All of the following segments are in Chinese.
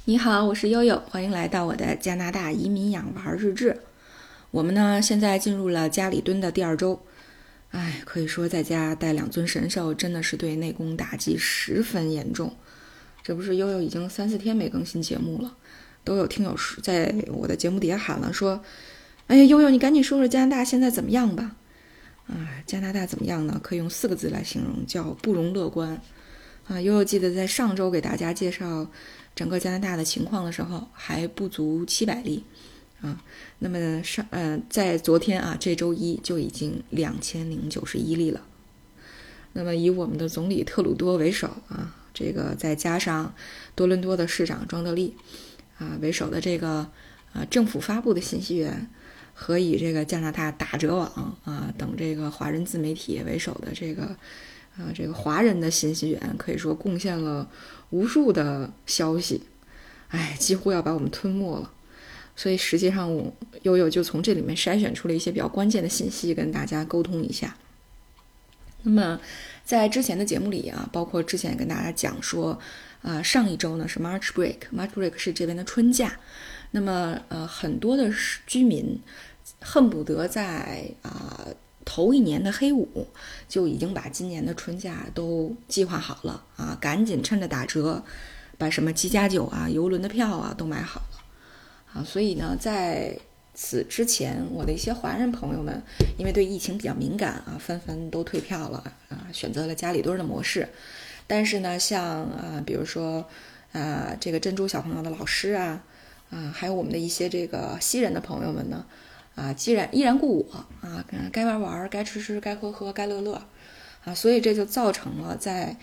你好，我是悠悠，欢迎来到我的加拿大移民养娃日志。我们呢现在进入了家里蹲的第2周，可以说在家带2尊神兽真的是对内功打击十分严重。这不是悠悠已经3-4天没更新节目了，都有听友在我的节目底下喊了说，悠悠你赶紧说说加拿大现在怎么样吧。加拿大怎么样呢？可以用4个字来形容，叫不容乐观。悠悠记得在上周给大家介绍整个加拿大的情况的时候，还不足700例那么在昨天这周一就已经2091例了。那么以我们的总理特鲁多为首这个再加上多伦多的市长庄德利为首的这个政府发布的信息源和以这个加拿大打折网等这个华人自媒体为首的这个华人的信息源，可以说贡献了无数的消息，几乎要把我们吞没了。所以实际上悠悠就从这里面筛选出了一些比较关键的信息跟大家沟通一下。那么在之前的节目里包括之前也跟大家讲说上一周呢是 March Break 是这边的春假。那么很多的居民恨不得在头一年的黑五就已经把今年的春假都计划好了赶紧趁着打折把什么机加酒邮轮的票都买好了所以呢在此之前我的一些华人朋友们因为对疫情比较敏感纷纷都退票了选择了家里蹲的模式。但是呢像比如说这个珍珠小朋友的老师还有我们的一些这个西人的朋友们呢依然故我该玩玩，该吃吃，该喝喝，该乐乐所以这就造成了在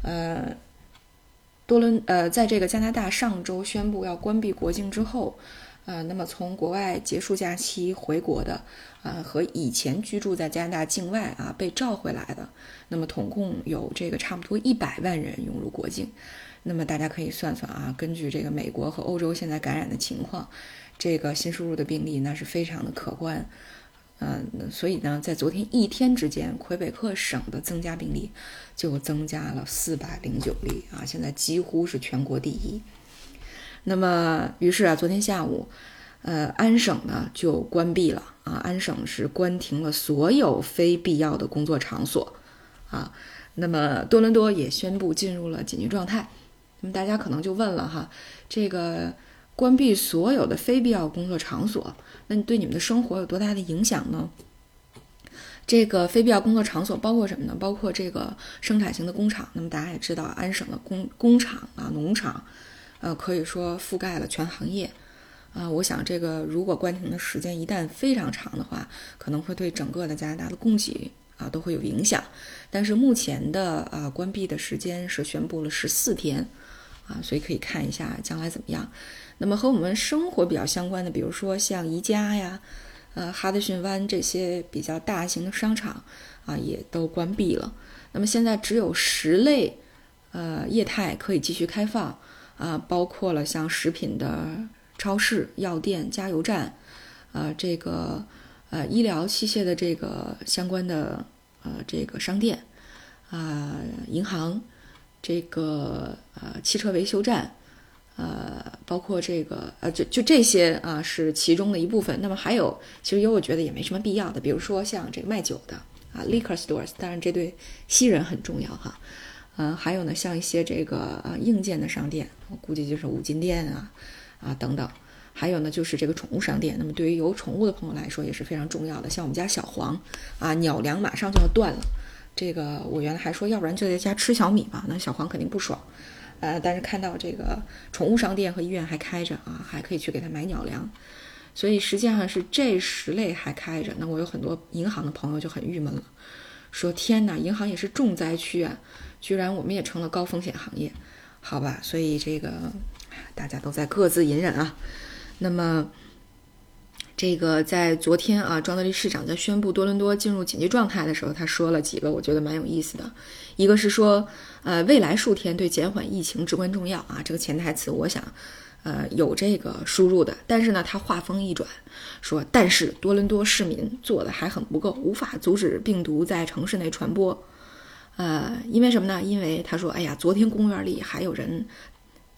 在这个加拿大上周宣布要关闭国境之后那么从国外结束假期回国的和以前居住在加拿大境外被召回来的，那么统共有这个差不多100万人涌入国境。那么大家可以算算根据这个美国和欧洲现在感染的情况，这个新输入的病例那是非常的可观。所以呢在昨天一天之间，魁北克省的增加病例就增加了409例现在几乎是全国第一。那么于是昨天下午安省呢就关闭了安省是关停了所有非必要的工作场所那么多伦多也宣布进入了紧急状态。那么大家可能就问了这个关闭所有的非必要工作场所，那你对你们的生活有多大的影响呢？这个非必要工作场所包括什么呢？包括这个生产型的工厂。那么大家也知道安省的工厂农场可以说覆盖了全行业我想这个如果关停的时间一旦非常长的话，可能会对整个的加拿大的供给都会有影响。但是目前的关闭的时间是宣布了14天所以可以看一下将来怎么样。那么和我们生活比较相关的，比如说像宜家呀哈德逊湾这些比较大型的商场也都关闭了。那么现在只有10类业态可以继续开放包括了像食品的超市、药店、加油站这个医疗器械的这个相关的这个商店银行，这个汽车维修站包括这个就这些是其中的一部分。那么还有其实我觉得也没什么必要的，比如说像这个卖酒的liquor stores， 当然这对西人很重要还有呢像一些这个硬件的商店，我估计就是五金店等等。还有呢就是这个宠物商店，那么对于有宠物的朋友来说也是非常重要的。像我们家小黄鸟粮马上就要断了，这个我原来还说要不然就在家吃小米吧，那小黄肯定不爽但是看到这个宠物商店和医院还开着还可以去给他买鸟粮。所以实际上是这10类还开着。那我有很多银行的朋友就很郁闷了，说天哪，银行也是重灾区居然我们也成了高风险行业。好吧，所以这个大家都在各自隐忍那么这个在昨天庄德利市长在宣布多伦多进入紧急状态的时候，他说了几个我觉得蛮有意思的。一个是说未来数天对减缓疫情至关重要这个潜台词我想有这个输入的。但是呢他话锋一转说，但是多伦多市民做的还很不够，无法阻止病毒在城市内传播因为什么呢？因为他说昨天公园里还有人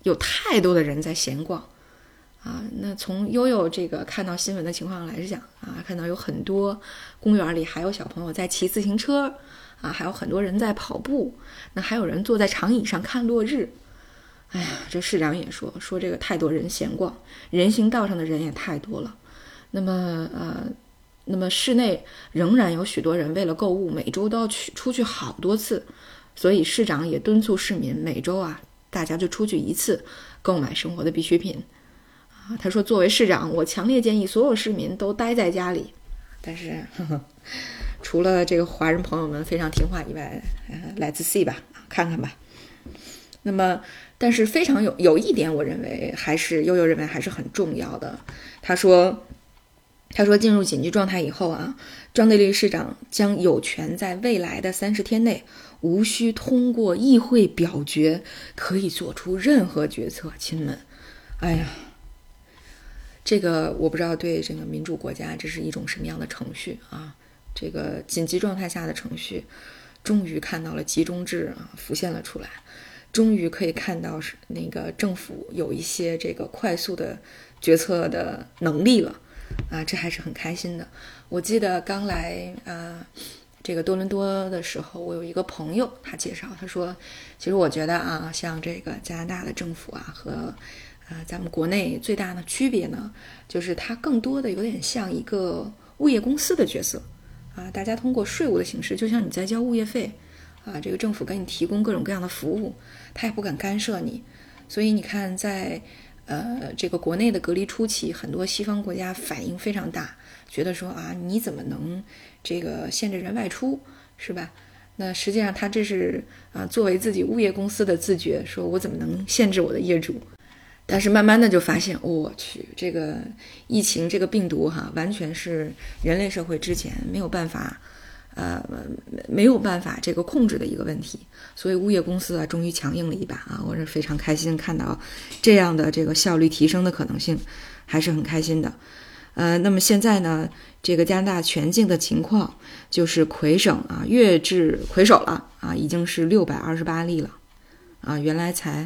有太多的人在闲逛啊。那从悠悠这个看到新闻的情况来讲啊，看到有很多公园里还有小朋友在骑自行车啊，还有很多人在跑步，那还有人坐在长椅上看落日。哎呀，这市长也说这个太多人闲逛，人行道上的人也太多了。那么室内仍然有许多人为了购物，每周都要出去好多次，所以市长也敦促市民每周啊，大家就出去一次，购买生活的必需品。他说，作为市长，我强烈建议所有市民都待在家里。但是，除了这个华人朋友们非常听话以外，let's see 吧，看看吧。那么，但是非常有一点，我认为悠悠认为还是很重要的。他说进入紧急状态以后啊，庄德利市长将有权在未来的30天内，无需通过议会表决，可以做出任何决策。亲们，哎呀，这个我不知道对这个民主国家这是一种什么样的程序啊？这个紧急状态下的程序，终于看到了集中制浮现了出来。终于可以看到是那个政府有一些这个快速的决策的能力了啊，这还是很开心的。我记得刚来这个多伦多的时候，我有一个朋友他介绍，他说其实我觉得啊，像这个加拿大的政府啊和咱们国内最大的区别呢，就是它更多的有点像一个物业公司的角色啊，大家通过税务的形式，就像你在交物业费啊，这个政府给你提供各种各样的服务，他也不敢干涉你。所以你看在这个国内的隔离初期，很多西方国家反应非常大，觉得说啊，你怎么能这个限制人外出，是吧？那实际上他这是作为自己物业公司的自觉，说我怎么能限制我的业主。但是慢慢的就发现，我去，这个疫情这个病毒完全是人类社会之前没有办法这个控制的一个问题，所以物业公司终于强硬了一把啊！我是非常开心看到这样的这个效率提升的可能性，还是很开心的。那么现在呢，这个加拿大全境的情况就是魁省跃至魁首了啊，已经是628例了啊，原来才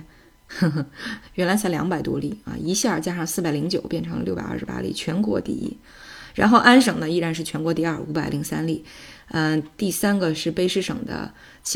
200多例啊，一下加上409变成了628例，全国第一。然后安省呢依然是全国第二，503例。第三个是卑诗省的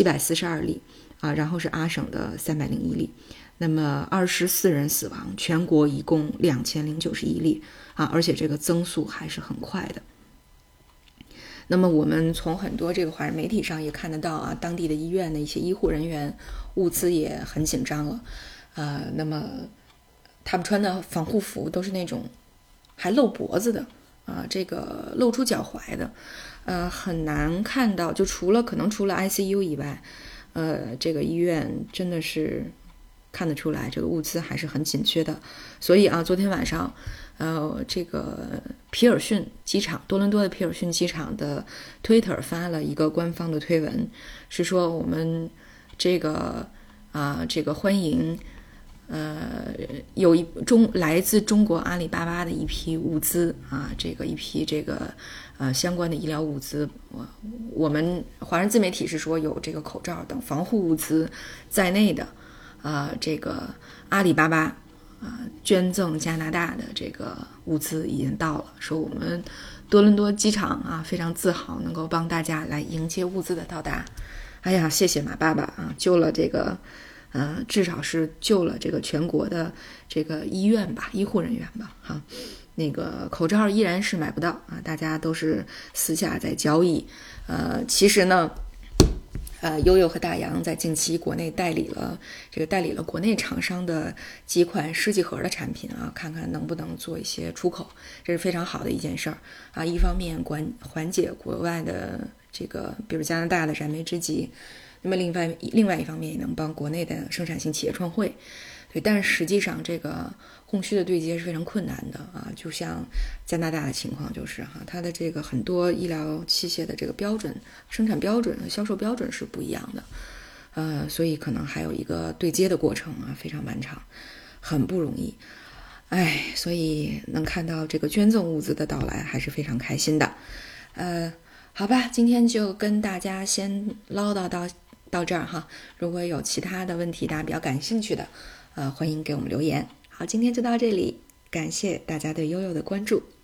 742例啊，然后是阿省的301例。那么24人死亡，全国一共2091例啊，而且这个增速还是很快的。那么我们从很多这个华人媒体上也看得到啊，当地的医院的一些医护人员物资也很紧张了。那么他们穿的防护服都是那种还露脖子的这个露出脚踝的，很难看到，就可能除了 ICU 以外，这个医院真的是看得出来这个物资还是很紧缺的。所以昨天晚上这个皮尔逊机场，多伦多的皮尔逊机场的 Twitter 发了一个官方的推文，是说我们这个欢迎有来自中国阿里巴巴的一批物资一批相关的医疗物资。我们华人自媒体是说有这个口罩等防护物资在内的这个阿里巴巴捐赠加拿大的这个物资已经到了，说我们多伦多机场非常自豪能够帮大家来迎接物资的到达。哎呀，谢谢马爸爸救了这个至少是救了这个全国的这个医护人员吧那个口罩依然是买不到大家都是私下在交易。其实呢悠悠和大洋在近期国内代理了国内厂商的几款试剂盒的产品看看能不能做一些出口，这是非常好的一件事儿一方面缓解国外的这个比如加拿大的燃眉之急，那么另外一方面也能帮国内的生产性企业创汇。对，但是实际上这个供需的对接是非常困难的就像加拿大的情况就是它的这个很多医疗器械的这个标准、生产标准和销售标准是不一样的所以可能还有一个对接的过程非常漫长，很不容易。所以能看到这个捐赠物资的到来还是非常开心的。好吧，今天就跟大家先唠叨到这儿如果有其他的问题大家比较感兴趣的欢迎给我们留言。好，今天就到这里，感谢大家对悠悠的关注。